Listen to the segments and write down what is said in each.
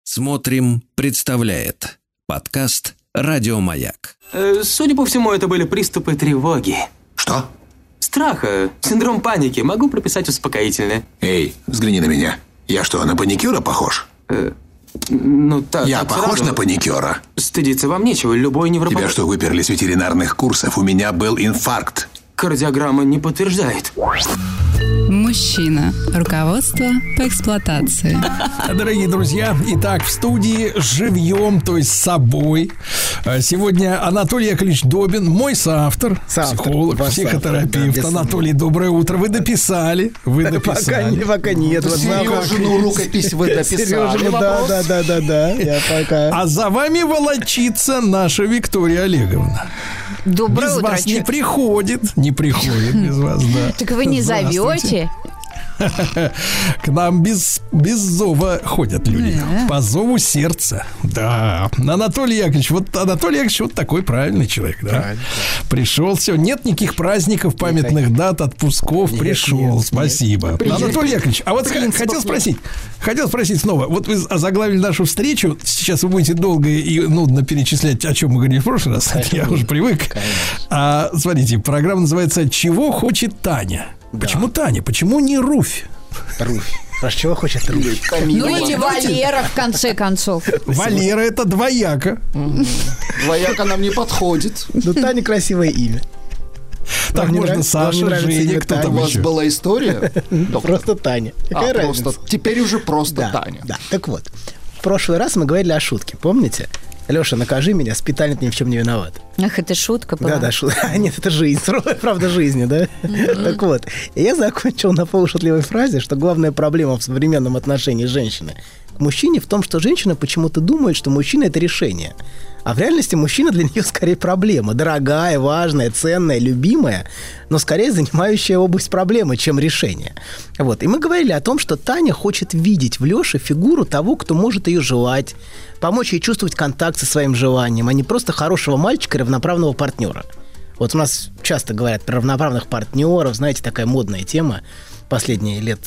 Смотрим, представляет подкаст «Радио Маяк». Судя по всему, это были приступы тревоги. Что? Страха, синдром паники. Могу прописать успокоительное. Эй, взгляни на меня. Я что, на паникюра похож? Я похож на паникюра? Стыдиться вам нечего, любой невропатолог. Тебя что, выперли с ветеринарных курсов? У меня был инфаркт. Кардиограмма не подтверждает. Мужчина. Руководство по эксплуатации. Дорогие друзья, итак, в студии живьем, то есть с собой. Сегодня Анатолий Яковлевич Добин, мой соавтор, психолог, психотерапевт. Да, Анатолий, доброе утро. Вы дописали? Пока нет. Сережину рукопись вы дописали. Да. Я пока. А за вами волочится наша Виктория Олеговна. Доброе утро. Без вас не приходит без вас, да. Так вы не зовете? К нам без зова ходят люди. По зову сердца. Да. Анатолий Яковлевич вот такой правильный человек, да. Правильно. Пришел, все. Нет никаких праздников, памятных дат, отпусков. Пришел. Спасибо. Анатолий Яковлевич, а вот хотел спросить снова. Вот вы озаглавили нашу встречу. Сейчас вы будете долго и нудно перечислять, о чем мы говорили в прошлый раз. Я уже привык. Смотрите, программа называется «Чего хочет Таня?». Да. Почему Таня? Почему не Руфь? Про чего хочет Руфь? Или Валера, в конце концов. Валера — это двояко. Двояко нам не подходит. Ну, Таня — красивое имя. Так можно Саша, Женя, кто там еще? У вас была история? Просто Таня. Какая разница? Теперь уже просто Таня. Да, так вот. В прошлый раз мы говорили о шутке, помните? Леша, накажи меня, Спиталин ни в чем не виноват. Ах, это шутка была. Да, шутка. Нет, это жизнь, правда жизни, да? Так вот, и я закончил на полушутливой фразе, что главная проблема в современном отношении женщины к мужчине в том, что женщина почему-то думает, что мужчина – это решение. А в реальности мужчина для нее скорее проблема. Дорогая, важная, ценная, любимая, но скорее занимающая область проблемы, чем решение. Вот. И мы говорили о том, что Таня хочет видеть в Леше фигуру того, кто может ее желать, помочь ей чувствовать контакт со своим желанием, а не просто хорошего мальчика и равноправного партнера. Вот у нас часто говорят про равноправных партнеров, знаете, такая модная тема последние лет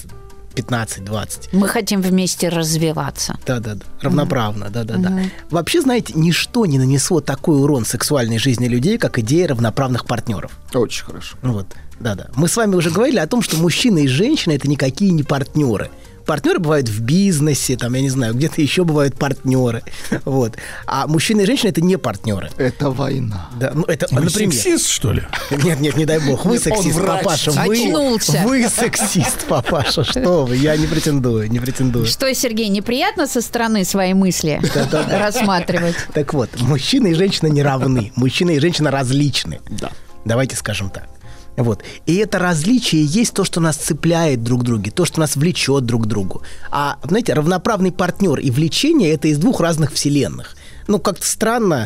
15-20. Мы хотим вместе развиваться. Да. Равноправно, да. Вообще, знаете, ничто не нанесло такой урон сексуальной жизни людей, как идея равноправных партнеров. Очень хорошо. Вот, да. Мы с вами уже говорили о том, что мужчина и женщина – это никакие не партнеры. Партнеры бывают в бизнесе, там, я не знаю, где-то еще бывают партнеры. Вот. А мужчина и женщина – это не партнеры. Это война. Да, это, вы например. Сексист, что ли? Нет, не дай бог. Вы сексист, папаша. Вы сексист, папаша. Что вы? Я не претендую. Что, Сергей, неприятно со стороны свои мысли рассматривать? Так вот, мужчина и женщина не равны. Мужчина и женщина различны. Да. Давайте скажем так. Вот. И это различие есть то, что нас цепляет друг к другу, то, что нас влечет друг к другу. А, знаете, равноправный партнер и влечение – это из двух разных вселенных. Ну, как-то странно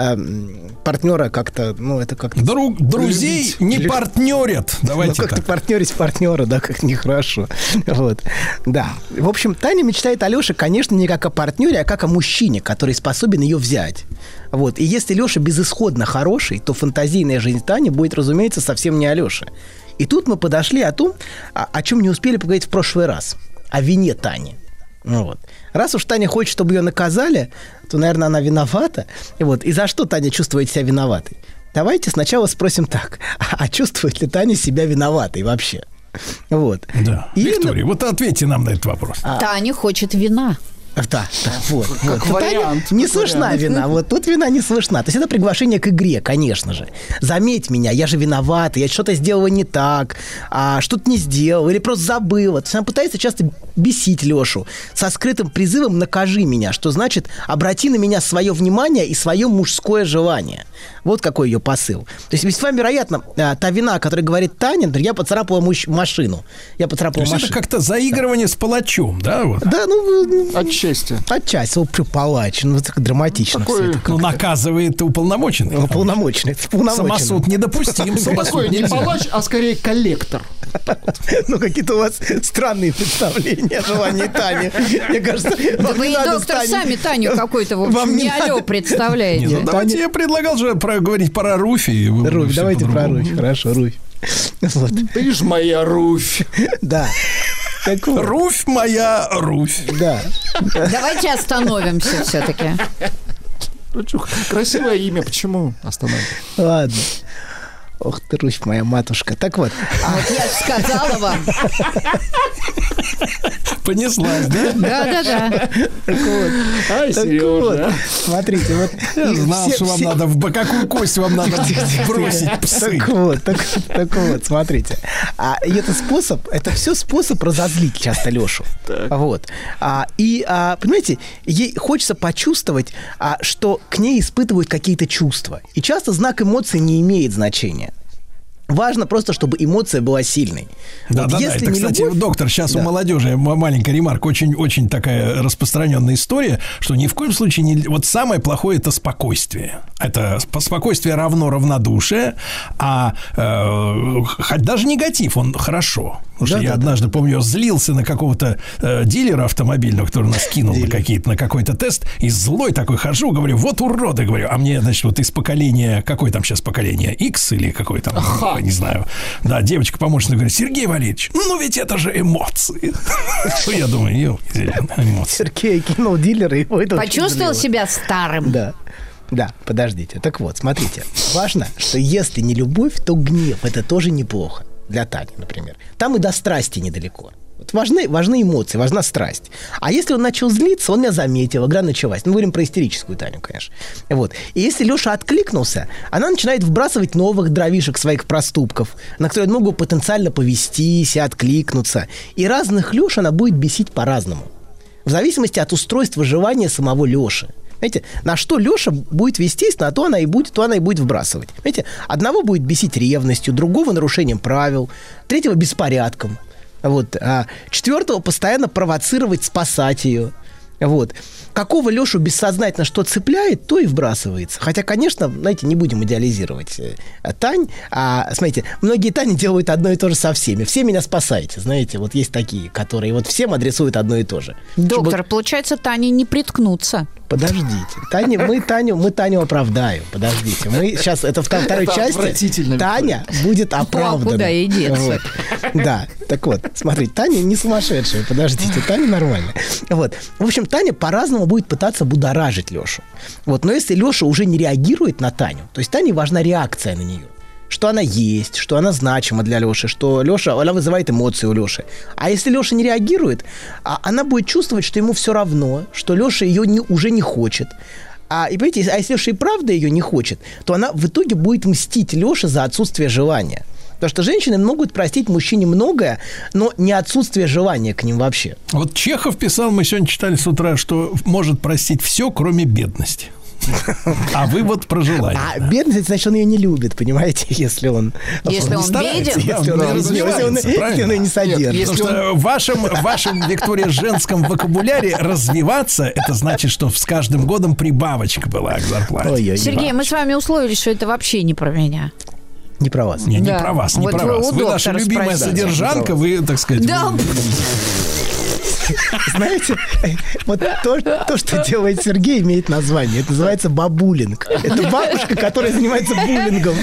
партнера как-то, это как-то... Друзей любить. Не партнерят. Давайте как-то так. Партнерить партнера, да, как нехорошо. Вот. Да. В общем, Таня мечтает о Леше, конечно, не как о партнере, а как о мужчине, который способен ее взять. Вот. И если Леша безысходно хороший, то фантазийная жизнь Тани будет, разумеется, совсем не о Леше. И тут мы подошли о том, о чем не успели поговорить в прошлый раз. О вине Тани. Вот. Раз уж Таня хочет, чтобы ее наказали, то, наверное, она виновата. И за что Таня чувствует себя виноватой? Давайте сначала спросим так. А чувствует ли Таня себя виноватой вообще? Вот. Да. Виктория, вот ответьте нам на этот вопрос. Таня хочет вина. Да, вот. Как вариант. Не слышна вина. Вот тут вина не слышна. То есть это приглашение к игре, конечно же. Заметь меня, я же виновата, я что-то сделала не так, что-то не сделала или просто забыла. То есть она пытается часто бесить Лешу со скрытым призывом «накажи меня», что значит «обрати на меня свое внимание и свое мужское желание». Вот какой ее посыл. То есть весьма вероятно, та вина, о которой говорит Таня, например, я поцарапала машину. То есть это как-то заигрывание с палачом, да? Вот? Да, Отчасти. Палач, так драматично. Такой... все это. Наказывает уполномоченный. Уполномоченный. Самосуд недопустим. Такой не палач, а скорее коллектор. Какие-то у вас странные представления о желании Тани. Мне кажется, да вы и доктор сами Таню какой-то, в общем, не алло представляете. Давайте, я предлагал же проговорить про Руфи. Руфь, давайте про Руфь. Хорошо, Руфь. Ты ж моя Руфь. Да. Так вот. Руфь моя, Руфь. Да. Давайте остановимся все-таки. Ну, чё, красивое имя, почему остановим? Ладно. Ох ты, Руфь моя матушка. Так вот. Вот я же сказала вам. Понеслась, да? Да. Так вот. Ай, Так Сережа. вот. Смотрите, вот. Я знал, что вам надо, какую кость вам надо бросить, псы. Так вот, смотрите. И это все способ разозлить часто Лешу. Вот. Понимаете, ей хочется почувствовать, что к ней испытывают какие-то чувства. И часто знак эмоций не имеет значения. Важно просто, чтобы эмоция была сильной. Да. Это, кстати, доктор, сейчас у молодежи маленькая ремарка, очень такая распространенная история, что ни в коем случае не... Вот самое плохое – это спокойствие. Это спокойствие равно равнодушие, хоть даже негатив, он хорошо. Потому что я однажды, помню, злился на какого-то дилера автомобильного, который нас кинул на какой-то тест, и злой такой хожу, говорю, вот уроды, говорю. А мне, значит, вот из поколения, какое там сейчас поколение, X или какое там, не знаю. Да, девочка-помощница говорит, Сергей Валерьевич, ну ведь это же эмоции. Я думаю, эмоции. Сергей кинул дилера, и его это почувствовал себя старым. Да, подождите. Так вот, смотрите. Важно, что если не любовь, то гнев. Это тоже неплохо. Для Тани, например. Там и до страсти недалеко. Вот важны эмоции, важна страсть. А если он начал злиться, он меня заметил, игра началась. Мы говорим про истерическую Таню, конечно. Вот. И если Леша откликнулся, она начинает вбрасывать новых дровишек своих проступков, на которые он мог бы потенциально повестись и откликнуться. И разных Леш она будет бесить по-разному. В зависимости от устройства желания самого Леши. Знаете, на что Леша будет вестись, на то она и будет вбрасывать. Знаете, одного будет бесить ревностью, другого нарушением правил, третьего беспорядком. Вот. А четвертого постоянно провоцировать, спасать ее. Вот. Какого Лешу бессознательно что цепляет, то и вбрасывается. Хотя, конечно, знаете, не будем идеализировать Тань. Смотрите, многие Тани делают одно и то же со всеми. Все меня спасайте, знаете. Вот есть такие, которые вот всем адресуют одно и то же. Доктор, получается, Тане не приткнуться. Подождите. Мы Таню оправдаем. Подождите. Мы сейчас, это второй части. Таня будет оправдана. Куда ей деться? Вот. Да. Так вот, смотрите, Таня не сумасшедшая. Подождите, Таня нормальная. Вот. В общем, Таня по-разному будет пытаться будоражить Лешу. Вот. Но если Леша уже не реагирует на Таню, то есть Тане важна реакция на нее. Что она есть, что она значима для Леши, что она вызывает эмоции у Леши. А если Леша не реагирует, она будет чувствовать, что ему все равно, что Леша ее уже не хочет. И понимаете, если Леша и правда ее не хочет, то она в итоге будет мстить Леше за отсутствие желания. Потому что женщины могут простить мужчине многое, но не отсутствие желания к ним вообще. Вот Чехов писал, мы сегодня читали с утра, что может простить все, кроме бедности. А вы вот про желание. Бедность, значит, он ее не любит, понимаете, если он беден. Если он ее не содержит. Потому что в вашем, Виктория, женском вокабуляре развиваться, это значит, что с каждым годом прибавочка была к зарплате. Сергей, мы с вами условились, что это вообще не про меня. Не про вас. Не про вас, не про вас. Вы наша любимая содержанка, вы, так сказать... Да. Знаете, вот то, что делает Сергей, имеет название. Это называется бабулинг. Это бабушка, которая занимается буллингом.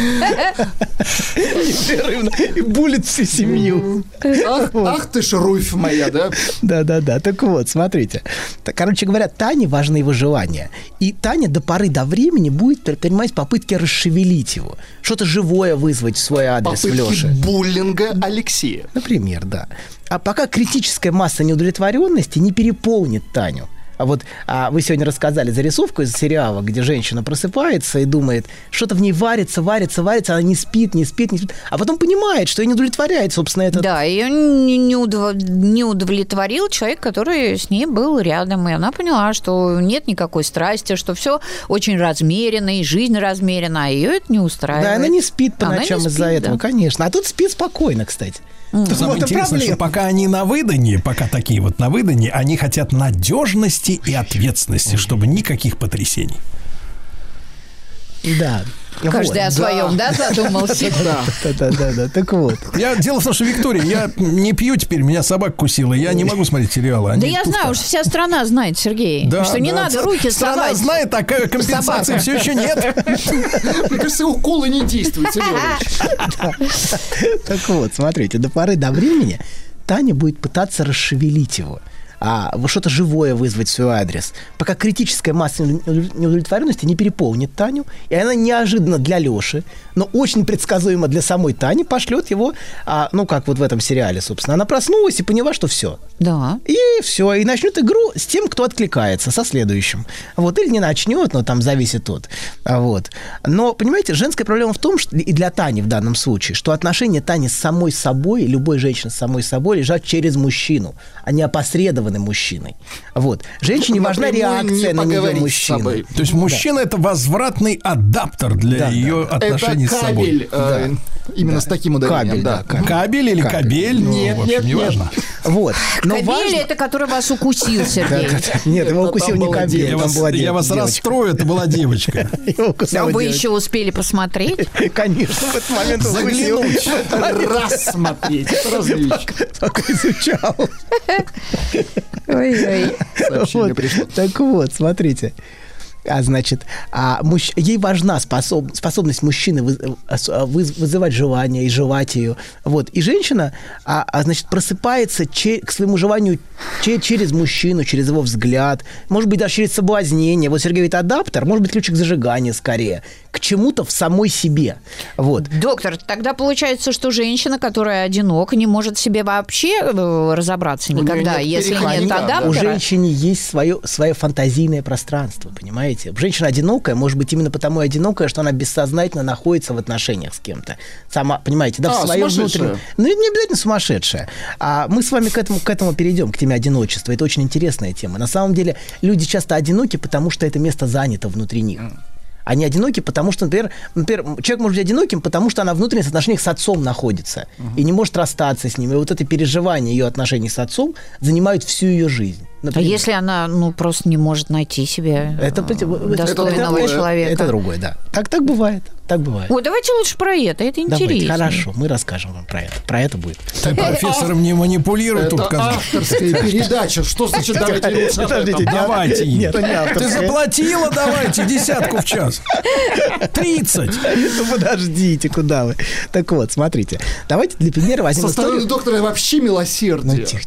И булит всю семью. Ах ты ж, Руфь моя, да? Да. Так вот, смотрите. Короче говоря, Тане важно его желание. И Таня до поры до времени будет предпринимать попытки расшевелить его. Что-то живое вызвать в свой адрес в Леше. Попытки буллинга Алексея. Например, да. А пока критическая масса неудовлетворенности не переполнит Таню. Вы сегодня рассказали зарисовку из сериала, где женщина просыпается и думает, что-то в ней варится, она не спит, а потом понимает, что ее не удовлетворяет, собственно, это. Да, ее не удовлетворил человек, который с ней был рядом, и она поняла, что нет никакой страсти, что все очень размеренно, и жизнь размерена, а ее это не устраивает. Да, она не спит по ночам из-за этого, конечно. А тут спит спокойно, кстати. Самое интересное, что пока они на выданье, они хотят надежности и ответственности, чтобы никаких потрясений. Да. Каждый о своем, да, задумался? Да. Так вот. Дело в том, что, Виктория, я не пью теперь, меня собака кусила, я не могу смотреть сериалы. Да я знаю, уж вся страна знает, Сергей, что не надо руки совать. Страна знает, а компенсации все еще нет. Мне кажется, уколы не действуют, Сережа. Так вот, смотрите, до поры до времени Таня будет пытаться расшевелить его, что-то живое вызвать в свой адрес, пока критическая масса неудовлетворенности не переполнит Таню, и она неожиданно для Лёши, но очень предсказуемо для самой Тани пошлет его, как вот в этом сериале, собственно. Она проснулась и поняла, что все. Да. И все, и начнет игру с тем, кто откликается, со следующим. Вот, или не начнет, но там зависит от. Вот. Но, понимаете, женская проблема в том, что, и для Тани в данном случае, что отношения Тани с самой собой, любой женщины с самой собой лежат через мужчину, а не опосредованно мужчиной. Вот. Женщине важна реакция на нее мужчины. То есть мужчина это возвратный адаптер для ее отношений с собой. Это кабель, именно с таким ударением. Кабель или кабель? Нет, неважно. Вот. Кабель это который вас укусил, Сергей. Нет, его укусил не кабель. Я вас расстрою, это была девочка. А вы еще успели посмотреть? Конечно, в этот момент укусил. Рассмотреть. Это различно. Пока изучал. Ой-ой. Так вот, смотрите. Ей важна способность мужчины вызывать желание и желать ее. Вот. И женщина, просыпается к своему желанию через мужчину, через его взгляд, может быть, даже через соблазнение. Вот Сергей говорит, адаптер, может быть, ключик зажигания скорее, к чему-то в самой себе. Вот. Доктор, тогда получается, что женщина, которая одинока, не может в себе вообще разобраться никогда, если нет адаптера. У женщины есть свое фантазийное пространство, понимаете? Женщина одинокая, может быть, именно потому и одинокая, что она бессознательно находится в отношениях с кем-то. Сама, понимаете, в своем внутреннем... Ну, не обязательно сумасшедшая. Мы с вами к этому перейдем, к теме одиночества. Это очень интересная тема. На самом деле, люди часто одиноки, потому что это место занято внутри них. Они одиноки, потому что, например, человек может быть одиноким, потому что она в внутренних отношениях с отцом находится и не может расстаться с ним. И вот это переживание ее отношений с отцом занимают всю ее жизнь. Например. А если она, просто не может найти себе достойного человека? Это другое, да. Так бывает. Так бывает. Ой, давайте лучше про это интересно. Давайте, хорошо, мы расскажем вам про это. Про это будет. Ты профессором не манипулируй тут, казалось. Авторская передача. Что значит давайте лучше? Давайте. Нет, ты заплатила, давайте, 10 в час. 30. Ну, подождите, куда вы? Так вот, смотрите. Давайте для примера возьмем историю. Со стороны доктора вообще милосердие. Тихо.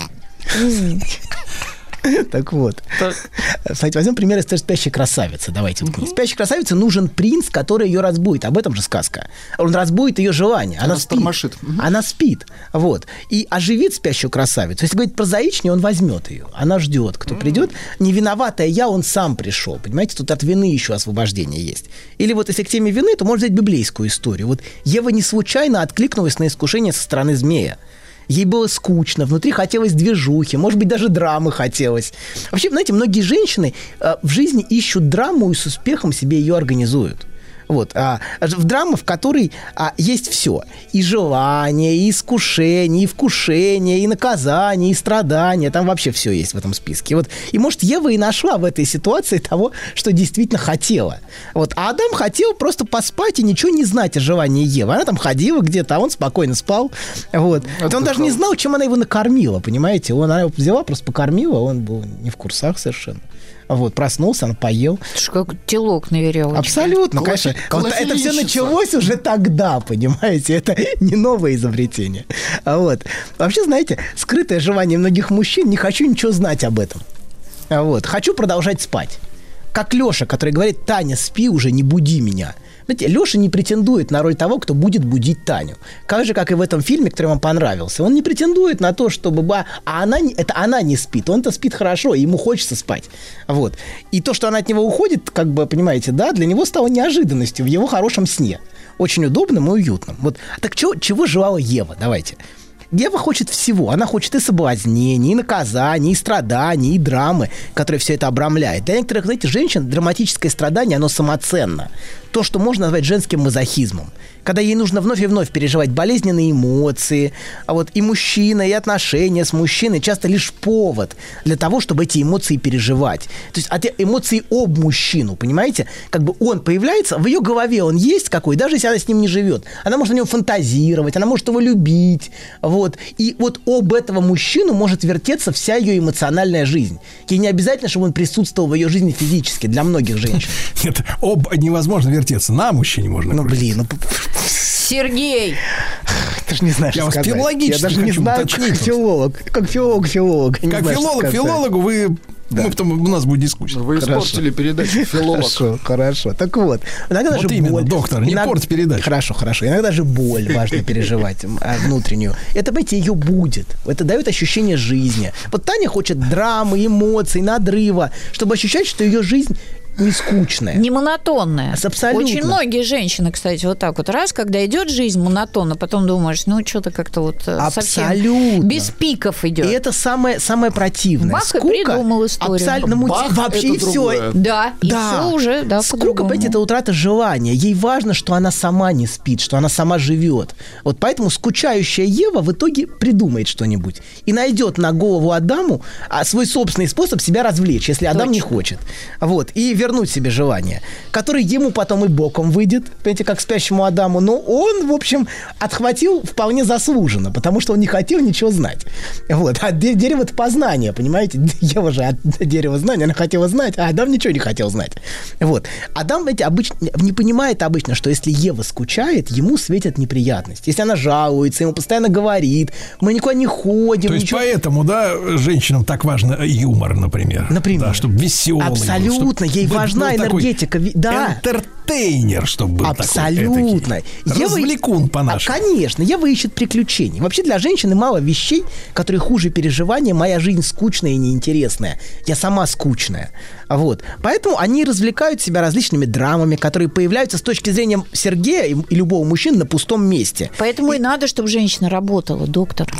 Так вот. Кстати, возьмем пример из «Спящей красавицы». Давайте. «Спящей красавице» нужен принц, который ее разбудит. Об этом же сказка. Он разбудит ее желание. Она спит. Она спит. Вот. И оживит спящую красавицу. Если говорить прозаичнее, он возьмет ее. Она ждет, кто придет. Не виноватая я, он сам пришел. Понимаете, тут от вины еще освобождение есть. Или вот если к теме вины, то можно взять библейскую историю. Вот Ева не случайно откликнулась на искушение со стороны змея. Ей было скучно, внутри хотелось движухи, может быть, даже драмы хотелось. Вообще, знаете, многие женщины в жизни ищут драму и с успехом себе ее организуют. Вот, в драме, в которой есть все. И желание, и искушение, и вкушение, и наказание, и страдания. Там вообще все есть в этом списке. Вот. И, может, Ева и нашла в этой ситуации того, что действительно хотела. Вот. А Адам хотел просто поспать и ничего не знать о желании Евы. Она там ходила где-то, а он спокойно спал. Вот. Он даже не знал, чем она его накормила, понимаете? Она его взяла, просто покормила, он был не в курсах совершенно. Вот, проснулся, он поел. Это же как телок на веревочке. Абсолютно, конечно. Вот это все началось уже тогда, понимаете? Это не новое изобретение. Вот. Вообще, знаете, скрытое желание многих мужчин, не хочу ничего знать об этом. Вот. Хочу продолжать спать. Как Леша, который говорит: Таня, спи уже, не буди меня. Знаете, Леша не претендует на роль того, кто будет будить Таню. Так же, как и в этом фильме, который вам понравился. Он не претендует на то, чтобы... она не спит. Он-то спит хорошо, ему хочется спать. Вот. И то, что она от него уходит, как бы, понимаете, да, для него стало неожиданностью в его хорошем сне. Очень удобным и уютным. Вот. Так чего желала Ева? Давайте. Ева хочет всего. Она хочет и соблазнения, и наказания, и страданий, и драмы, которые все это обрамляет. Для некоторых, знаете, женщин драматическое страдание, оно самоценно. То, что можно назвать женским мазохизмом. Когда ей нужно вновь и вновь переживать болезненные эмоции. А вот и мужчина, и отношения с мужчиной часто лишь повод для того, чтобы эти эмоции переживать. То есть эмоции об мужчину, понимаете? Как бы он появляется, в ее голове он есть какой, даже если она с ним не живет. Она может о нем фантазировать, она может его любить. Вот. И вот об этого мужчину может вертеться вся ее эмоциональная жизнь. Ей не обязательно, чтобы он присутствовал в ее жизни физически, для многих женщин. Нет, невозможно вертеться. На мужчине можно. Ну, блин, Сергей! даже не знаю, Я что вас сказать. филологически Я даже не хочу знаю, уточнить. как филолог. Я не Как знаю, что филолог сказать. филологу вы... Да. Ну, потом у нас будет дискуссия. Вы испортили передачу «Филолог». Хорошо. Так вот, иногда Вот даже именно, боль. доктор, не порть передачу. Хорошо. Иногда даже боль важно переживать внутреннюю. Это, понимаете, ее будет. Это дает ощущение жизни. Вот Таня хочет драмы, эмоций, надрыва, чтобы ощущать, что ее жизнь не скучная. Не монотонная. Абсолютно. Очень многие женщины, кстати, вот так вот. Раз, когда идет жизнь монотонно, потом думаешь, ну, что-то как-то вот совсем Абсолютно. без пиков идет. И это самое противное. Бах, и придумал историю. Абсолютно. Бах, Вообще это все. другое. Да, и Да. все уже, да, Скука, по-другому. понимаете, это утрата желания. Ей важно, что она сама не спит, что она сама живет. Вот поэтому скучающая Ева в итоге придумает что-нибудь и найдет на голову Адаму свой собственный способ себя развлечь, если Адам не хочет. Вот. И вернуть себе желание, который ему потом и боком выйдет, понимаете, как спящему Адаму. Но он, в общем, отхватил вполне заслуженно, потому что он не хотел ничего знать. Вот. А дерево – это познание, понимаете? Ева же от дерева знания, она хотела знать, а Адам ничего не хотел знать. Вот. Адам, знаете, обычно не понимает обычно, что если Ева скучает, ему светят неприятности. Если она жалуется, ему постоянно говорит, мы никуда не ходим. То есть ничего... поэтому, да, женщинам так важно юмор, например. Например. Да, чтобы веселый. Абсолютно. Ей важна энергетика. Да. Энтертейнер, чтобы был абсолютно. такой. Развлекун по-нашему. Конечно. Ева ищет приключений. Вообще для женщины мало вещей, которые хуже переживания. Моя жизнь скучная и неинтересная. Я сама скучная. Вот. Поэтому они развлекают себя различными драмами, которые появляются с точки зрения Сергея и любого мужчины на пустом месте. Поэтому и надо, чтобы женщина работала, доктор.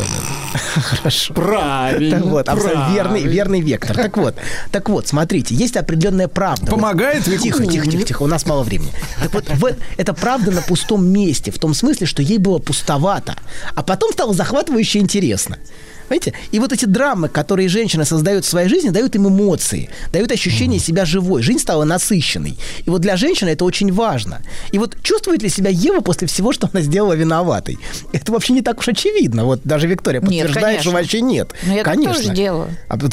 Хорошо. Правильно. Вот, абсолютно верный вектор. Так вот, смотрите, есть определенная правда. Помогает ли? Тихо, у нас мало времени. Так вот, это правда на пустом месте, в том смысле, что ей было пустовато, а потом стало захватывающе интересно. Понимаете? И вот эти драмы, которые женщина создает в своей жизни, дают им эмоции, дают ощущение себя живой. Жизнь стала насыщенной. И вот для женщины это очень важно. И вот чувствует ли себя Ева после всего, что она сделала, виноватой? Это вообще не так уж очевидно. Вот даже Виктория подтверждает, что вообще нет. Но я конечно. так тоже делаю.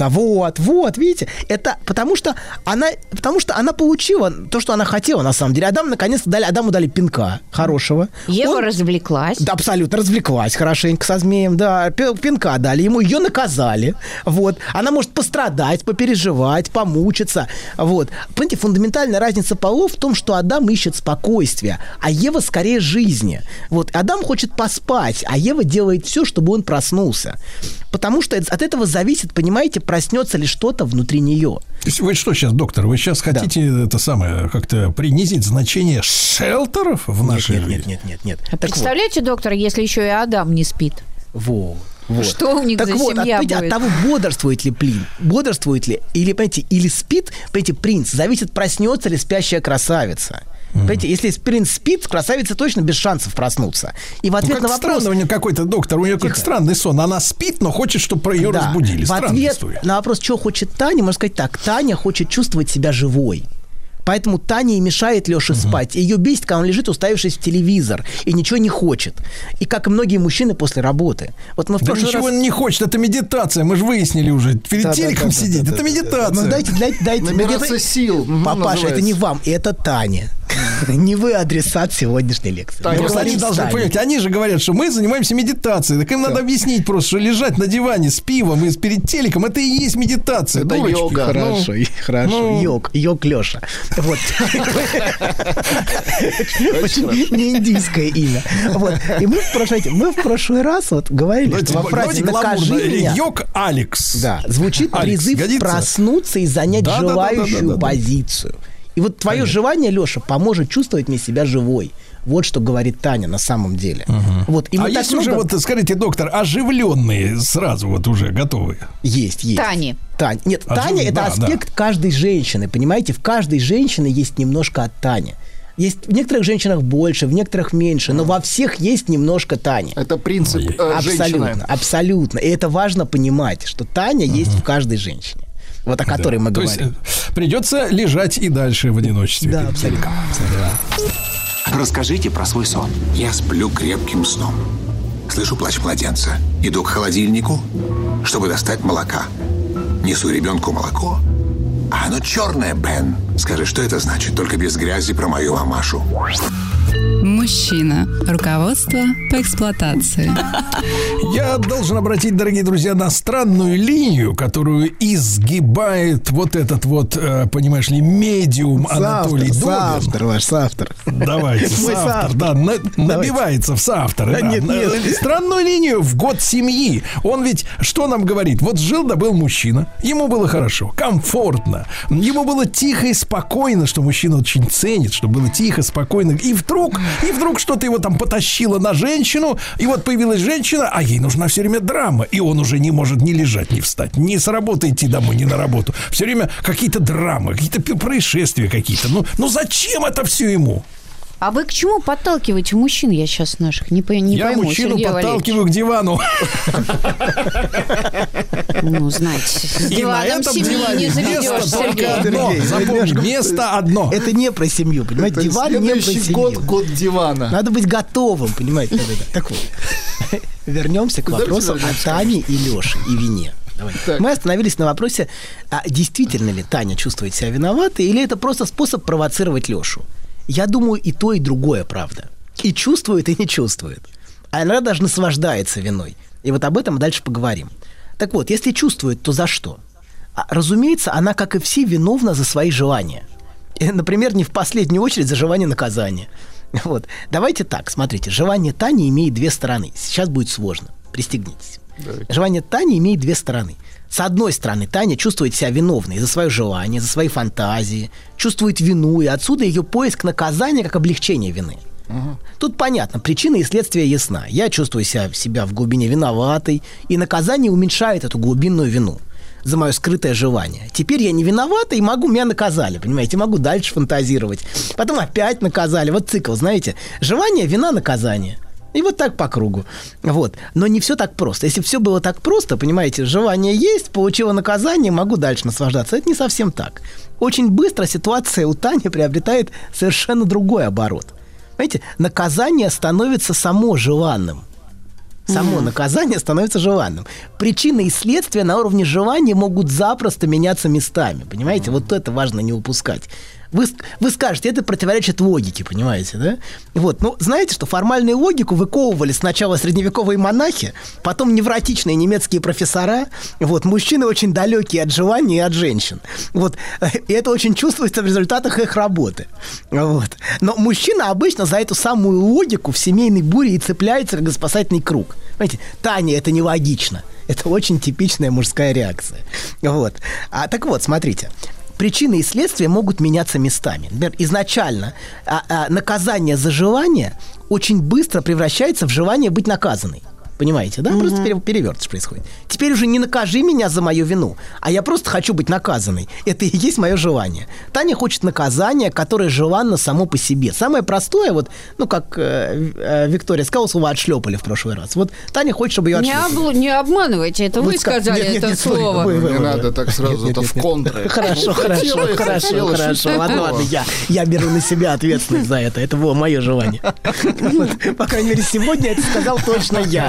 Вот, видите? Это потому что она получила то, что она хотела, на самом деле. Адаму дали пинка хорошего. Ева развлеклась. Да, абсолютно развлеклась хорошенько со змеем, да. Пинка дали ему, ее наказали. Вот. Она может пострадать, попереживать, помучиться. Вот. Понимаете, фундаментальная разница полов в том, что Адам ищет спокойствия, а Ева скорее жизни. Вот. Адам хочет поспать, а Ева делает все, чтобы он проснулся. Потому что от этого зависит, понимаете, проснется ли что-то внутри нее. То есть вы что сейчас, доктор, вы сейчас хотите это самое как-то принизить значение шелтеров в нашей жизни? Нет. А представляете, доктор, если еще и Адам не спит? Вот. Что у них за семья будет? От того, бодрствует ли или, понимаете, или спит, понимаете, принц, зависит, проснется ли спящая красавица. Понимаете, если принц спит, красавица точно без шансов проснуться. И в ответ на вопрос... Странно, у нее какой-то доктор, у нее какой-то странный сон. Она спит, но хочет, чтобы про ее разбудили. В ответ на вопрос, что хочет Таня, можно сказать так: Таня хочет чувствовать себя живой. Поэтому Таня и мешает Лёше спать. Ее бесит, когда он лежит, уставившись в телевизор, и ничего не хочет. И как и многие мужчины после работы. Вот мы в прошлый ничего раз... он не хочет, это медитация. Мы же выяснили уже. Перед телеком сидеть, это медитация. Ну, дайте. Набираться сил. Папаша, это не вам, это Таня. Не вы адресат сегодняшней лекции. Просто они должны понять, они же говорят, что мы занимаемся медитацией. Так им надо объяснить просто, что лежать на диване с пивом и перед телеком, это и есть медитация. Это йога. Хорошо. Йог Лёша. Вот. Очень не индийское имя. Вот. И мы в прошлый раз вот говорили, что во фразе «накажи меня» Йог Алекс. Да, звучит призыв проснуться и занять желающую позицию. И вот твое желание, Леша, поможет чувствовать мне себя живой. Вот что говорит Таня на самом деле. Вот, и есть уже, вот, скажите, доктор, оживленные сразу вот уже готовые? Есть. Таня, это аспект каждой женщины. Понимаете, в каждой женщине есть немножко от Тани. Есть в некоторых женщинах больше, в некоторых меньше, но во всех есть немножко Тани. Это принцип женщины. Абсолютно. И это важно понимать, что Таня есть в каждой женщине. Вот о которой мы говорим. То есть придется лежать и дальше в одиночестве. Да, абсолютно. Расскажите про свой сон. Я сплю крепким сном. Слышу плач младенца. Иду к холодильнику, чтобы достать молока. Несу ребенку молоко. А оно черное, Бен. Скажи, что это значит? Только без грязи про мою мамашу. Мужчина. Руководство по эксплуатации. Я должен обратить, дорогие друзья, на странную линию, которую изгибает вот этот вот, понимаешь ли, медиум Анатолий Добин. Соавтор ваш, соавтор. Давайте, соавтор, да, набивается в соавторы. Да. Нет. Странную линию в год семьи. Он ведь что нам говорит? Вот жил да был мужчина, ему было хорошо, комфортно, ему было тихо и спокойно, что мужчина очень ценит, что было тихо, спокойно. И вдруг что-то его там потащило на женщину, и вот появилась женщина, а ей нужна все время драма, и он уже не может ни лежать, ни встать, ни с работы идти домой, ни на работу. Все время какие-то драмы, какие-то происшествия какие-то. Ну зачем это все ему? А вы к чему подталкиваете мужчин? Я сейчас наших не пойму. Я мужчину Сергей подталкиваю Валерьевич. к дивану. Ну, знаете, с И на диваном этом семьи диване не заведешь, место только Сергей. одно. Сергей, Запомни, место одно. Это не про семью, понимаете? Диван не про Следующий семью. год дивана. Надо быть готовым, понимаете? Так вот, вернемся к вопросу о Тане и Лёше, и вине. Давайте. Мы остановились на вопросе, а действительно ли Таня чувствует себя виноватой, или это просто способ провоцировать Лёшу? Я думаю, и то, и другое, правда. И чувствует, и не чувствует. А иногда даже наслаждается виной. И вот об этом мы дальше поговорим. Так вот, если чувствует, то за что? Разумеется, она, как и все, виновна за свои желания. И, например, не в последнюю очередь за желание наказания. Вот. Давайте так, смотрите. Желание Тани имеет две стороны. Сейчас будет сложно. Пристегнитесь. Давайте. Желание Тани имеет две стороны. С одной стороны, Таня чувствует себя виновной за свое желание, за свои фантазии, чувствует вину, и отсюда ее поиск наказания как облегчение вины. Тут понятно, причина и следствие ясна. Я чувствую себя в глубине виноватой, и наказание уменьшает эту глубинную вину за мое скрытое желание. Теперь я не виновата, и меня наказали, понимаете, могу дальше фантазировать. Потом опять наказали. Вот цикл, знаете, желание, вина, наказание. И вот так по кругу. Вот. Но не все так просто. Если все было так просто, понимаете, желание есть, получила наказание, могу дальше наслаждаться. Это не совсем так. Очень быстро ситуация у Тани приобретает совершенно другой оборот. Понимаете, наказание становится само желанным. Само наказание становится желанным. Причины и следствия на уровне желания могут запросто меняться местами. Понимаете, вот это важно не упускать. Вы скажете, это противоречит логике, понимаете, да? Вот, ну, знаете, что формальную логику выковывали сначала средневековые монахи, потом невротичные немецкие профессора, вот, мужчины очень далекие от желаний и от женщин. Вот, и это очень чувствуется в результатах их работы. Вот. Но мужчина обычно за эту самую логику в семейной буре и цепляется, как спасательный круг. Понимаете, Таня, это нелогично. Это очень типичная мужская реакция. Вот. Так вот, смотрите. Причины и следствия могут меняться местами. Например, изначально наказание за желание очень быстро превращается в желание быть наказанной. Понимаете, да? Просто перевертыш происходит. Теперь уже не накажи меня за мою вину, а я просто хочу быть наказанной. Это и есть мое желание. Таня хочет наказания, которое желанно само по себе. Самое простое, вот, ну, как Виктория сказала, слово «отшлепали» в прошлый раз. Вот Таня хочет, чтобы ее отшлепали. Не обманывайте, это вы сказали это слово. Не надо так сразу, это в контре. Хорошо. Ладно, я беру на себя ответственность за это. Это было мое желание. По крайней мере, сегодня это сказал точно я.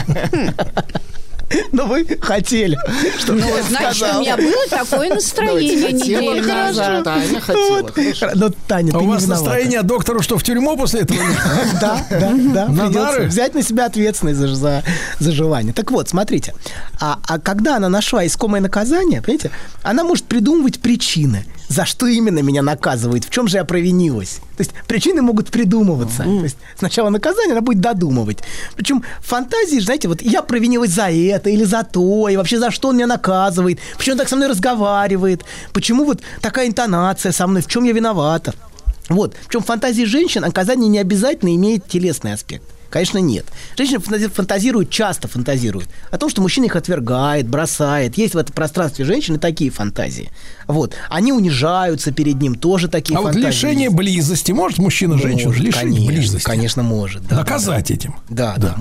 Но вы хотели, чтобы я значит, сказал. у меня было такое настроение неделю назад. Таня хотела. Но, Таня, ты А у не вас виновата. настроение доктору, что в тюрьму после этого? Да. На Придется нары? взять на себя ответственность за желание. Так вот, смотрите. А когда она нашла искомое наказание, понимаете, она может придумывать причины, за что именно меня наказывают, в чем же я провинилась. То есть причины могут придумываться. То есть сначала наказание, она будет додумывать. Причем в фантазии, знаете, вот я провинилась за это или за то, и вообще за что он меня наказывает, почему он так со мной разговаривает, почему вот такая интонация со мной, в чем я виновата. Вот. Причем в фантазии женщин наказание не обязательно имеет телесный аспект. Конечно, нет. Женщины часто фантазируют о том, что мужчина их отвергает, бросает. Есть в этом пространстве женщины такие фантазии. Вот. Они унижаются перед ним, тоже такие фантазии. А вот лишение близости может мужчина женщину лишить близости? Конечно, может. Да, наказать этим? Да, может.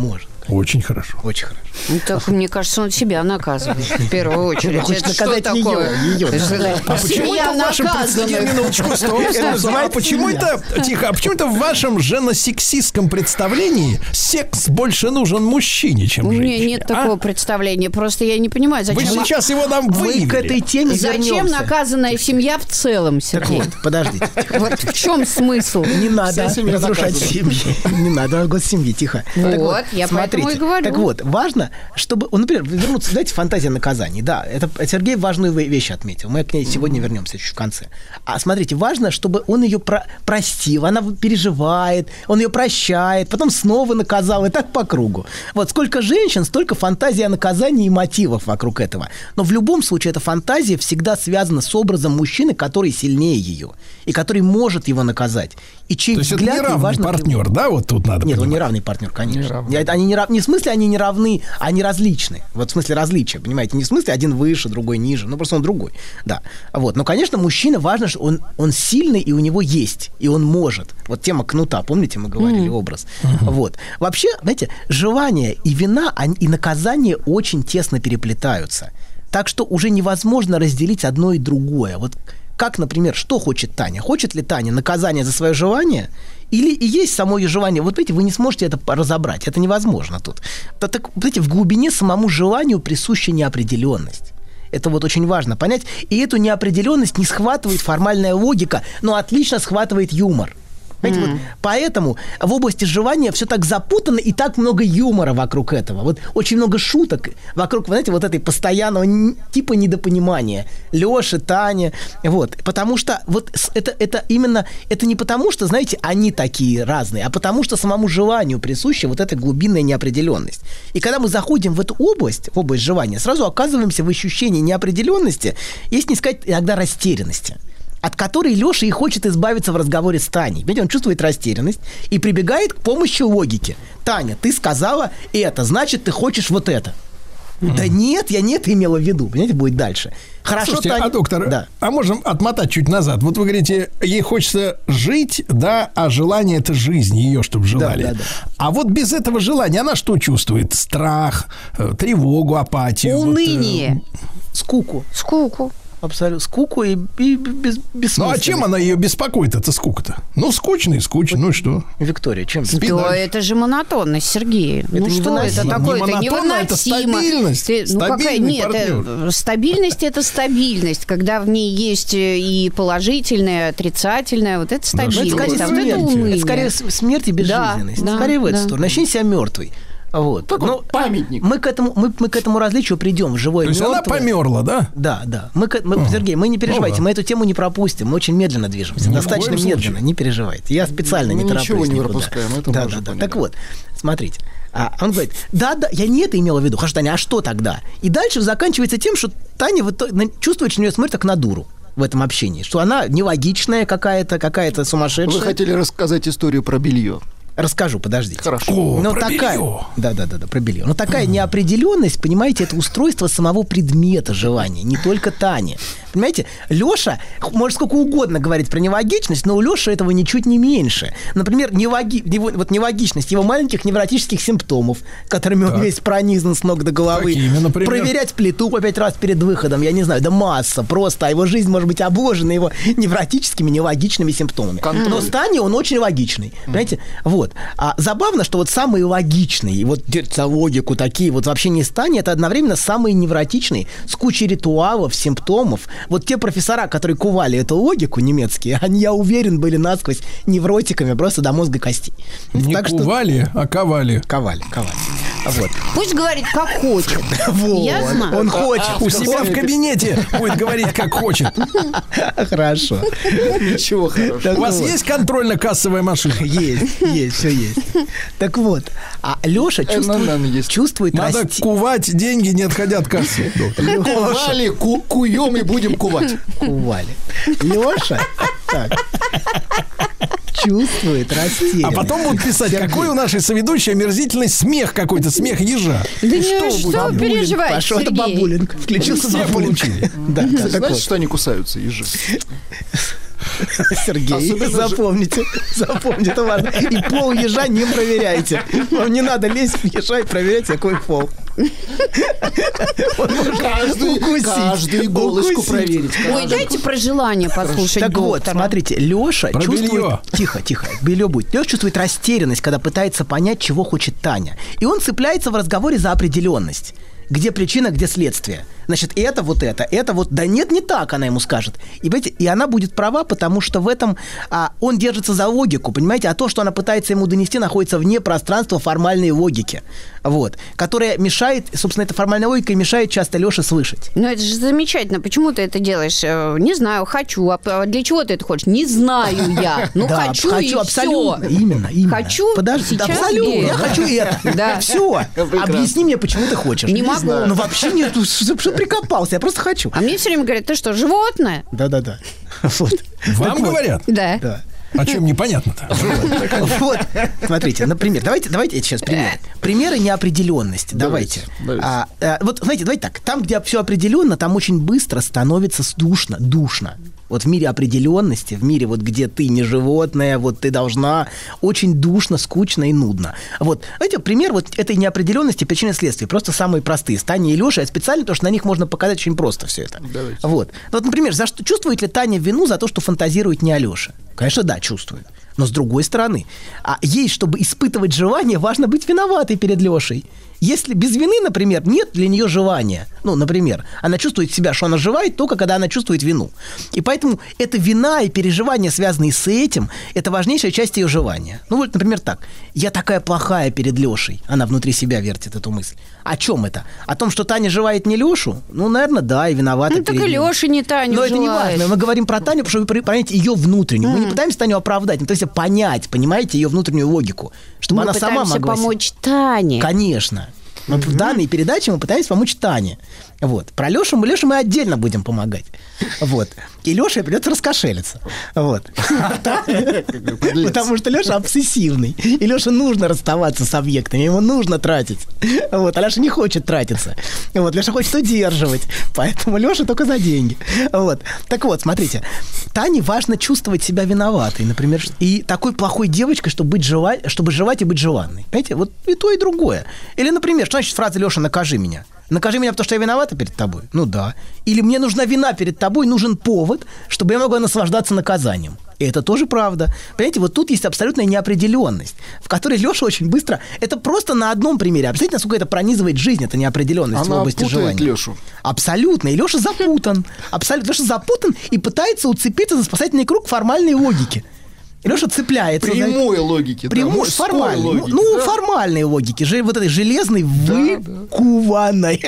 Очень хорошо. Очень хорошо. Ну, так, мне кажется, он себя наказывает в первую очередь. Хочет Это что наказать такое? ее. А почему это в вашем... Минуточку, стоп. А почему это... Тихо, а почему это в вашем женосексистском представлении секс больше нужен мужчине, чем У меня женщине? нет такого представления. Просто я не понимаю, Вы зачем... сейчас его нам Мы к выявили. этой теме Зачем вернемся. наказанная семья в целом, Сергей? Вот, подождите. Вот в чем смысл? Не надо разрушать семьи. Не надо год семьи, тихо. Так Вот, я поэтому и говорю. Так вот, важно, чтобы... Например, вернуться, знаете, фантазия наказаний. Да, это Сергей важную вещь отметил. Мы к ней сегодня вернемся чуть в конце. А смотрите, важно, чтобы он ее простил. Она переживает, он ее прощает, потом снова наказал, и так по кругу. Вот сколько женщин, столько фантазий о наказании и мотивов вокруг этого. Но в любом случае эта фантазия всегда связана с образом мужчины, который сильнее ее, и который может его наказать. И чей То есть это взгляд неравный важно... партнер, да? Вот тут надо Нет, он понимать. неравный партнер, конечно. Они не в смысле они не равны, они различны. Вот в смысле различия, понимаете? Не в смысле один выше, другой ниже, ну просто он другой. Да. Вот. Но, конечно, мужчина важно, что он сильный, и у него есть, и он может. Вот тема кнута, помните, мы говорили образ. Вот. Вообще, знаете, желание и вина, и наказание очень тесно переплетаются. Так что уже невозможно разделить одно и другое. Вот как, например, что хочет Таня? Хочет ли Таня наказание за свое желание? Или и есть само ее желание? Вот видите, вы не сможете это разобрать. Это невозможно тут. Так, видите, в глубине самому желанию присуща неопределенность. Это вот очень важно понять. И эту неопределенность не схватывает формальная логика, но отлично схватывает юмор. Понимаете, вот поэтому в области желания все так запутано и так много юмора вокруг этого. Вот очень много шуток вокруг, знаете, вот этой постоянного типа недопонимания. Лёши, Таня, вот. Потому что вот это именно, это не потому, что, знаете, они такие разные, а потому что самому желанию присуща вот эта глубинная неопределенность. И когда мы заходим в эту область, в область желания, сразу оказываемся в ощущении неопределенности, если не сказать иногда растерянности, от которой Леша и хочет избавиться в разговоре с Таней. Видите, он чувствует растерянность и прибегает к помощи логики. Таня, ты сказала это, значит, ты хочешь вот это. Да нет, я не это имела в виду. Понимаете, будет дальше. Хорошо, слушайте, Таня... доктор, да. а можем отмотать чуть назад? Вот вы говорите, ей хочется жить, да, а желание – это жизнь ее, чтобы желали. Да. А вот без этого желания она что чувствует? Страх, тревогу, апатию? Уныние. Скуку. Абсолютно. Скуку и бессмысленность. Ну, а чем она ее беспокоит, эта скука-то? Ну, скучно, ну и что? Виктория, чем? Да, это же монотонность, Сергей. Ну что это такое? Это невыносимо. Это стабильность. Стабильный партнер. Нет, стабильность – это стабильность, когда в ней есть и положительное, отрицательное. Вот это стабильность, а вот это уныние. Это скорее смерть и безжизненность. Да, скорее в эту да. сторону. Начни себя мертвый. Вот. Такой памятник. Мы к этому различию придем в живой. То есть она померла, да? Да. Сергей, мы не переживайте, мы эту тему не пропустим. Мы очень медленно движемся. Достаточно медленно, не переживайте. Я специально не тороплюсь. Ничего не пропускаем, это мы уже поняли. Так вот, смотрите. Он говорит, да, я не это имела в виду. Хорошо, Таня, а что тогда? И дальше заканчивается тем, что Таня чувствует, что на нее смотрят как на дуру в этом общении. Что она нелогичная какая-то сумасшедшая. Вы хотели рассказать историю про белье. Расскажу, подождите. Хорошо. Про белье. Да, про белье. Но такая неопределенность, понимаете, это устройство самого предмета желания, не только Тани. Понимаете, Леша может сколько угодно говорить про нелогичность, но у Леши этого ничуть не меньше. Например, нелогичность его маленьких невротических симптомов, которыми он весь пронизан с ног до головы. Какими, например? Проверять плиту по 5 раз перед выходом, я не знаю, да масса просто. А его жизнь может быть обложена его невротическими, нелогичными симптомами. Но с Таней он очень логичный. Понимаете? Вот. А забавно, что вот самые логичные, вот за логику такие, вот вообще не Таня, это одновременно самые невротичные, с кучей ритуалов, симптомов. Вот те профессора, которые кували эту логику немецкие, они, я уверен, были насквозь невротиками просто до мозга костей. Не так кували, что... а ковали. Ковали. Вот. Пусть говорит, как хочет. Вот. Я знаю. Он хочет. У себя в кабинете будет говорить, как хочет. Хорошо. Ничего хорошего. У вас есть контрольно-кассовая машина? Есть, все есть. Так вот, а Леша чувствует Надо кувать деньги, не отходя от кассы. Кували, куем и будем кувать. Кували. Леша чувствует растерянность. А потом будут писать, какой у нашей соведущей омерзительный смех какой-то, смех ежа. Да что вы переживаете, Пошел это Сергей? Бабулин. Включился Все Бабулин. получили. Да, Знаете, что они кусаются, ежи? Сергей, запомните, это важно. И пол ежа не проверяйте. Вам не надо лезть в ежа и проверять, какой пол. Каждую иголочку проверить. Ой, дайте про желание послушать. Так вот, смотрите, Леша чувствует... белье. Тихо, белье будет. Леша чувствует растерянность, когда пытается понять, чего хочет Таня. И он цепляется в разговоре за определенность. Где причина, где следствие. Значит, это вот. Да нет, не так, она ему скажет. И, понимаете, и она будет права, потому что в этом он держится за логику, понимаете? А то, что она пытается ему донести, находится вне пространства формальной логики. Вот. Которая мешает, собственно, эта формальная логика мешает часто Леше слышать. Ну, это же замечательно. Почему ты это делаешь? Не знаю, хочу. А для чего ты это хочешь? Не знаю я. Ну, да, хочу и абсолютно. все. Именно. Хочу, подожди, сейчас абсолютно. и Я хочу это. Да. Все. Объясни мне, почему ты хочешь. Не могу. Ну, вообще нет, что прикопался, я просто хочу. А мне все время говорят, ты что, животное? Да. Вот. Вам говорят? Да. О чем непонятно-то? Вот, смотрите, например, давайте сейчас пример. Примеры неопределенности. Давайте. Вот, знаете, давайте так. Там, где все определенно, там очень быстро становится душно. Вот в мире определенности, в мире, вот где ты не животное, вот ты должна, очень душно, скучно и нудно. Вот, знаете, пример вот этой неопределенности причины и следствия. Просто самые простые. Таня и Леша, специально, потому что на них можно показать очень просто все это. Давайте. Вот, например, чувствует ли Таня вину за то, что фантазирует не о Леше? Конечно, да, чувствует. Но с другой стороны, ей, чтобы испытывать желание, важно быть виноватой перед Лешей. Если без вины, например, нет для нее желания, например, она чувствует себя, что она желает только когда она чувствует вину. И поэтому эта вина и переживания, связанные с этим, это важнейшая часть ее желания. Вот, например, так. Я такая плохая перед Лешей. Она внутри себя вертит эту мысль. О чем это? О том, что Таня желает не Лешу? Наверное, да, и виновата перед ним. Так и Леша не Таню желает. Но это не важно. Мы говорим про Таню, потому что вы понимаете ее внутреннюю. Мы не пытаемся Таню оправдать, мы пытаемся понять, понимаете, ее внутреннюю логику. Чтобы она сама могла... Мы пытаемся помочь Тане. Конечно. Но в данной передаче мы пытаемся помочь Тане. Вот. Про Лешу мы отдельно будем помогать. Вот. И Леше придется раскошелиться. Вот. Потому что Леша обсессивный. И Леше нужно расставаться с объектами, ему нужно тратить. Вот. А Леша не хочет тратиться. Вот. Леша хочет удерживать. Поэтому Леша только за деньги. Вот. Так вот, смотрите. Тане важно чувствовать себя виноватой, например, и такой плохой девочкой, чтобы жевать и быть желанной. Понимаете? Вот и то, и другое. Или, например, что значит фраза «Леша, накажи меня»? Накажи меня, потому что я виновата перед тобой? Ну да. Или мне нужна вина перед тобой, нужен повод, чтобы я могла наслаждаться наказанием. И это тоже правда. Понимаете, вот тут есть абсолютная неопределенность, в которой Леша очень быстро... Это просто на одном примере. Представляете, насколько это пронизывает жизнь, эта неопределенность в области желания. Лешу. Абсолютно. И Леша запутан. Абсолютно. Леша запутан и пытается уцепиться за спасательный круг формальной логики. И Леша цепляется. Прямой логики. Прямой, формальной. Да. Формальной логики. Вот этой железной, выкуванной.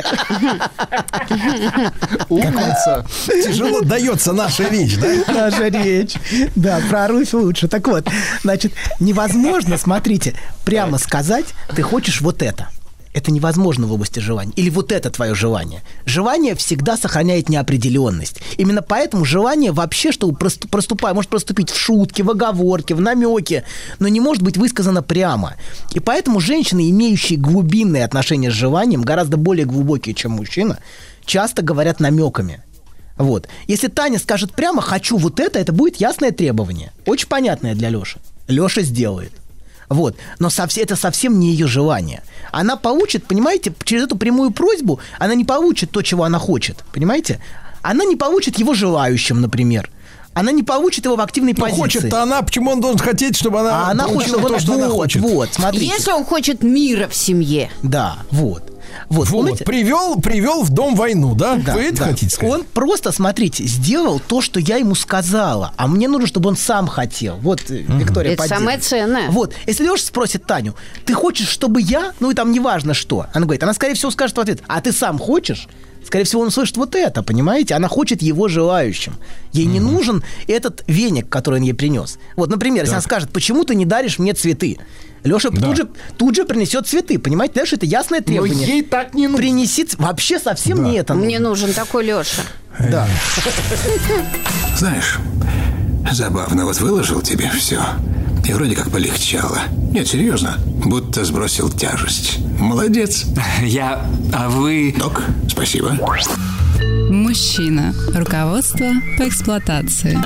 Умница. Тяжело дается наша речь, да? Наша речь. Да, про Руфь лучше. Так вот, значит, невозможно, смотрите, прямо сказать, ты хочешь вот это. Это невозможно в области желания. Или вот это твое желание. Желание всегда сохраняет неопределенность. Именно поэтому желание вообще, что может проступить в шутке, в оговорке, в намеке, но не может быть высказано прямо. И поэтому женщины, имеющие глубинные отношения с желанием, гораздо более глубокие, чем мужчина, часто говорят намеками. Вот. Если Таня скажет прямо «хочу вот это будет ясное требование. Очень понятное для Леши. Леша сделает. Вот. Но это совсем не ее желание. Она получит, понимаете, через эту прямую просьбу она не получит то, чего она хочет. Понимаете? Она не получит его желающим, например. Она не получит его в активной позиции. Хочет-то она, почему он должен хотеть, чтобы она получила то, что она хочет? Вот, смотрите. Если он хочет мира в семье. Да, вот. Привел в дом войну, да? Вы это хотите сказать? Он просто, смотрите, сделал то, что я ему сказала, а мне нужно, чтобы он сам хотел. Вот, Виктория это самое ценное. Вот, если Леша спросит Таню, ты хочешь, чтобы я, и там неважно что, она, скорее всего, скажет в ответ, а ты сам хочешь? Скорее всего, он услышит вот это, понимаете? Она хочет его желающим. Ей не нужен этот веник, который он ей принес. Вот, например, если она скажет, почему ты не даришь мне цветы? Леша тут же принесет цветы, понимаете? Дальше это ясное требование. Но ей так не нужно. Принеси вообще совсем не это. Мне нужен такой Леша. Да. Знаешь, забавно, вот выложил тебе все, и вроде как полегчало. Нет, серьезно, будто сбросил тяжесть. Молодец. А вы... Док, спасибо. Мы Мужчина. Руководство по эксплуатации.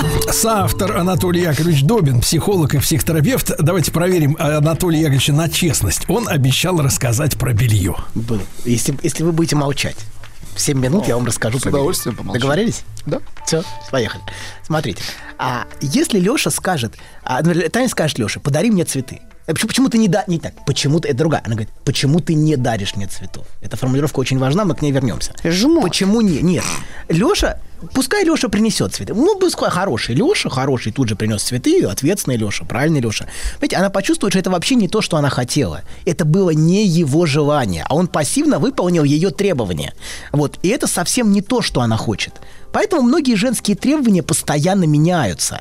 Соавтор Анатолий Яковлевич Добин, психолог и психотерапевт. Давайте проверим Анатолия Яковлевича на честность. Он обещал рассказать про белье. Если вы будете молчать 7 минут, я вам расскажу про белье. Договорились? Да. Все, поехали. Смотрите, если Леша скажет, Таня скажет Леше, подари мне цветы. Почему ты не так? Почему-то это другая. Она говорит, почему ты не даришь мне цветов? Эта формулировка очень важна, мы к ней вернемся. Жмот. Почему не? Нет. Леша, пускай Леша принесет цветы. Ну, пускай хороший Леша, хороший тут же принес цветы, ответственный Леша, правильный Леша. Понимаете, она почувствует, что это вообще не то, что она хотела. Это было не его желание, а он пассивно выполнил ее требования. Вот. И это совсем не то, что она хочет. Поэтому многие женские требования постоянно меняются.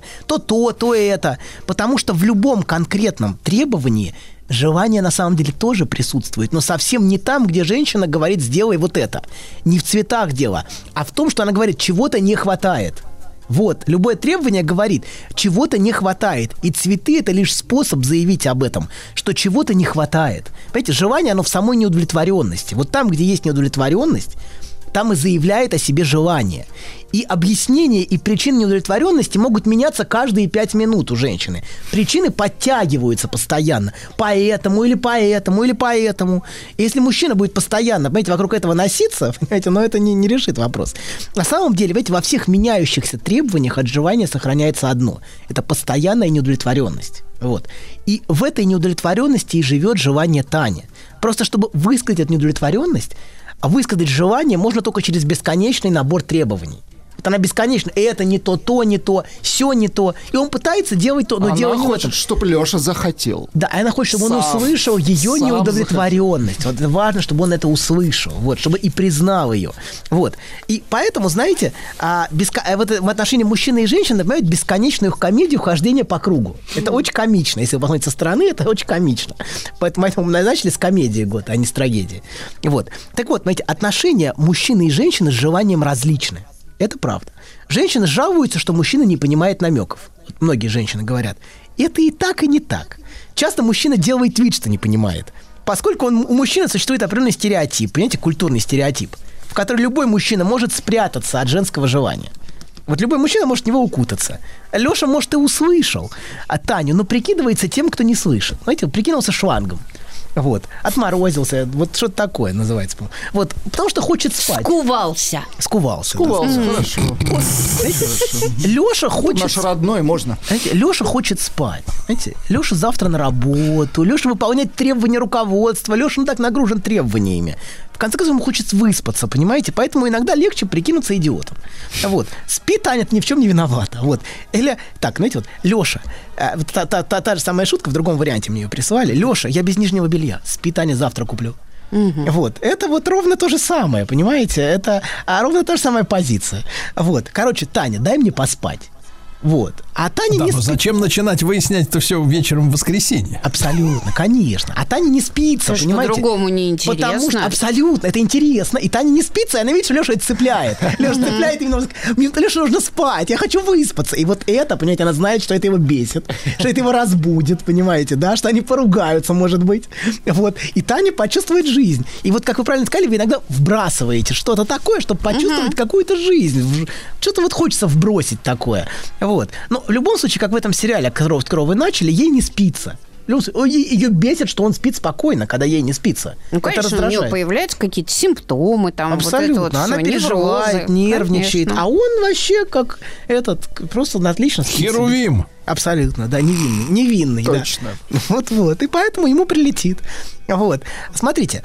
То это. Потому что в любом конкретном требовании желание на самом деле тоже присутствует. Но совсем не там, где женщина говорит «сделай вот это». Не в цветах дело, а в том, что она говорит «чего-то не хватает». Вот, любое требование говорит, чего-то не хватает. И цветы – это лишь способ заявить об этом, что чего-то не хватает. Понимаете, желание, оно в самой неудовлетворенности. Вот там, где есть неудовлетворенность, там и заявляет о себе желание. И объяснения и причины неудовлетворенности могут меняться каждые 5 минут у женщины. Причины подтягиваются постоянно. Поэтому, или поэтому, или поэтому. И если мужчина будет постоянно, понимаете, вокруг этого носиться, понимаете, но это не решит вопрос. На самом деле, понимаете, во всех меняющихся требованиях от желания сохраняется одно. Это постоянная неудовлетворенность. Вот. И в этой неудовлетворенности и живет желание Тани. Просто чтобы высказать эту неудовлетворенность, а высказать желание можно только через бесконечный набор требований. Вот она бесконечна. Это не то, все не то. И он пытается делать то, но делать не то. Она хочет, чтобы Леша захотел. Да, она хочет, чтобы он услышал ее неудовлетворенность. Вот важно, чтобы он это услышал. Вот, чтобы и признал ее. Вот. И поэтому, знаете, вот в отношении мужчины и женщины напоминает бесконечную комедию хождения по кругу. Это очень комично. Если вы посмотрите со стороны, это очень комично. Поэтому мы назначили с комедии год, а не с трагедии. Вот. Так вот, знаете, отношения мужчины и женщины с желанием различны. Это правда. Женщины жалуются, что мужчина не понимает намеков. Вот многие женщины говорят, это и так, и не так. Часто мужчина делает вид, что не понимает. Поскольку у мужчины существует определенный стереотип, понимаете, культурный стереотип, в который любой мужчина может спрятаться от женского желания. Вот любой мужчина может в него укутаться. Леша, может, и услышал от Таню, но прикидывается тем, кто не слышит. Знаете, прикинулся шлангом. Вот, отморозился, вот что-то такое называется. Вот, потому что хочет спать. Скувался, хорошо. Леша хочет... Наш родной, можно. Леша хочет спать. Знаете, Леша завтра на работу, Леша выполняет требования руководства, Леша так нагружен требованиями. В конце концов, ему хочется выспаться, понимаете? Поэтому иногда легче прикинуться идиотом. Вот. Спит, Таня ни в чем не виновата. Вот. Или, так, знаете, вот, Леша, та же самая шутка, в другом варианте мне ее прислали. Леша, я без нижнего белья. Спи, Таня, завтра куплю. Вот. Это вот ровно то же самое, понимаете? Это ровно та же самая позиция. Вот. Короче, Таня, дай мне поспать. Вот. А Таня не спит. Зачем начинать выяснять это все вечером в воскресенье? Абсолютно, конечно. А Таня не спится, слушай, понимаете? По-другому неинтересно. Потому что абсолютно, это интересно. И Таня не спится, и она видит, что Леша это цепляет. Леша цепляет именно... Мне Леша нужно спать, я хочу выспаться. И вот это, понимаете, она знает, что это его бесит, что это его разбудит, понимаете, да, что они поругаются, может быть. Вот. И Таня почувствует жизнь. И вот, как вы правильно сказали, вы иногда вбрасываете что-то такое, чтобы почувствовать какую-то жизнь. Что-то вот хочется вбросить такое. Вот. Но в любом случае, как в этом сериале, с которого вы начали, ей не спится. Ее бесит, что он спит спокойно, когда ей не спится. Ну, конечно, у нее появляются какие-то симптомы, там, абсолютно. Вот это вот она все, переживает, неврозы, нервничает. конечно. А он вообще как просто отлично спит. Херувим. Абсолютно, да, невинный. Точно. Да. Вот. И поэтому ему прилетит. Вот. Смотрите.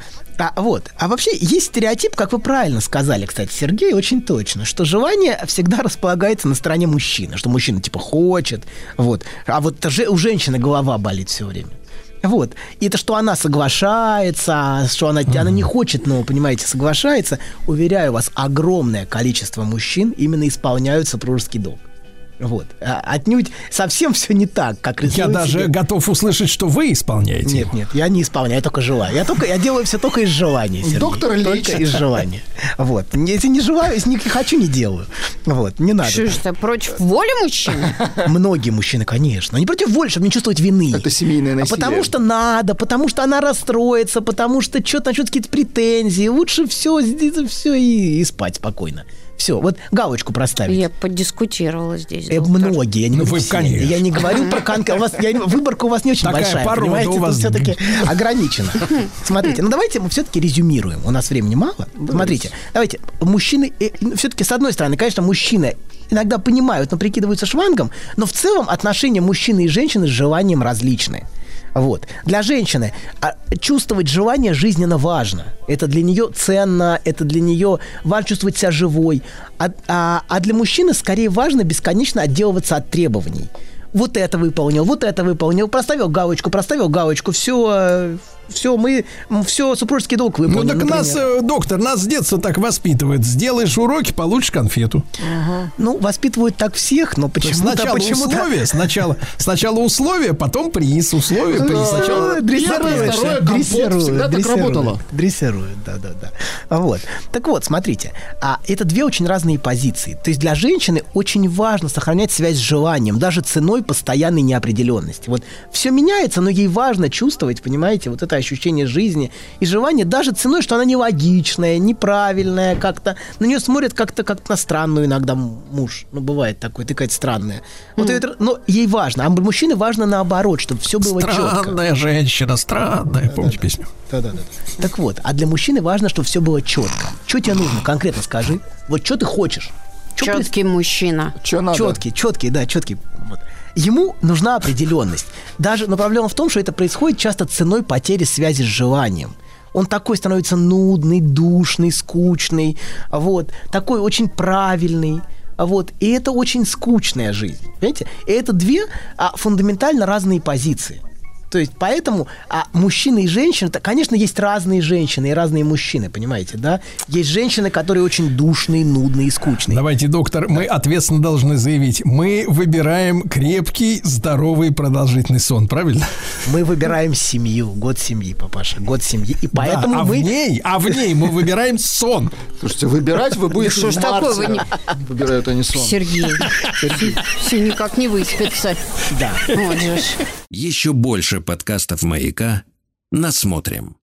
А вообще есть стереотип, как вы правильно сказали, кстати, Сергей, очень точно, что желание всегда располагается на стороне мужчины, что мужчина типа хочет, вот. А вот у женщины голова болит все время. Вот. И это что она соглашается, что она не хочет, но, понимаете, соглашается. Уверяю вас, огромное количество мужчин именно исполняют супружеский долг. Вот. Отнюдь совсем все не так, как рисуется. Я даже готов услышать, что вы исполняете. Нет, я не исполняю, я только желаю. Я делаю все только из желания, Сергей. Доктор лечит. Только из желания. Вот. Если не желаю, если не хочу, не делаю. Вот. Не надо. Что ж это, против воли мужчин? Многие мужчины, конечно. Они против воли, чтобы не чувствовать вины. Это семейное насилие. Потому что надо, потому что она расстроится, потому что что-то начнут какие-то претензии. Лучше все и спать спокойно. Все, вот галочку проставить. Я подискутировала здесь. Многие, я не говорю вы, все. конечно. Я не говорю про выборка у вас не очень Такая большая, порода понимаете, у вас. все-таки ограничена. Смотрите, давайте мы все-таки резюмируем. У нас времени мало. Смотрите, давайте, мужчины, все-таки с одной стороны, конечно, мужчины иногда понимают, но прикидываются швангом, но в целом отношения мужчины и женщины с желанием различны. Вот. Для женщины чувствовать желание жизненно важно. Это для нее ценно, это для нее важно чувствовать себя живой. А для мужчины скорее важно бесконечно отделываться от требований. Вот это выполнил, проставил галочку, все, супружеский долг выполнил. Ну, так например. доктор, нас с детства так воспитывают. Сделаешь уроки, получишь конфету. Ну, воспитывают так всех, но почему-то... Сначала условия, потом приз. Условия, приз. Сначала Дрессируют, да. Вот. Так вот, смотрите, это две очень разные позиции. То есть для женщины очень важно сохранять связь с желанием, даже ценой постоянной неопределенности. Вот все меняется, но ей важно чувствовать, понимаете, вот это ощущение жизни и желание, даже ценой, что она нелогичная, неправильная, как-то на нее смотрят как-то как на странную иногда муж. Ну, бывает такое, ты какая-то странная. Вот это, но ей важно. А мужчине важно наоборот, чтобы все было четко. Странная женщина, странная. Помните песню? Да. Так вот, а для мужчины важно, чтобы все было четко. Что тебе нужно? Конкретно скажи. Вот что ты хочешь? Четкий мужчина. Четкий. Вот. Ему нужна определенность. Но проблема в том, что это происходит часто ценой потери связи с желанием. Он такой становится нудный, душный, скучный, вот, такой очень правильный. Вот, и это очень скучная жизнь. Понимаете? И это две фундаментально разные позиции. То есть, поэтому мужчины и женщины, конечно, есть разные женщины и разные мужчины, понимаете, да? Есть женщины, которые очень душные, нудные и скучные. Давайте, доктор, мы ответственно должны заявить, мы выбираем крепкий, здоровый, продолжительный сон, правильно? Мы выбираем семью, год семьи, папаша, год семьи, и поэтому в ней мы выбираем сон. Слушайте, выбирать вы будете Что ж такое вы не... Выбирают они сон. Сергей, все никак не выспится. Да. Вот же ж. Еще больше подкастов «Маяка» насмотрим.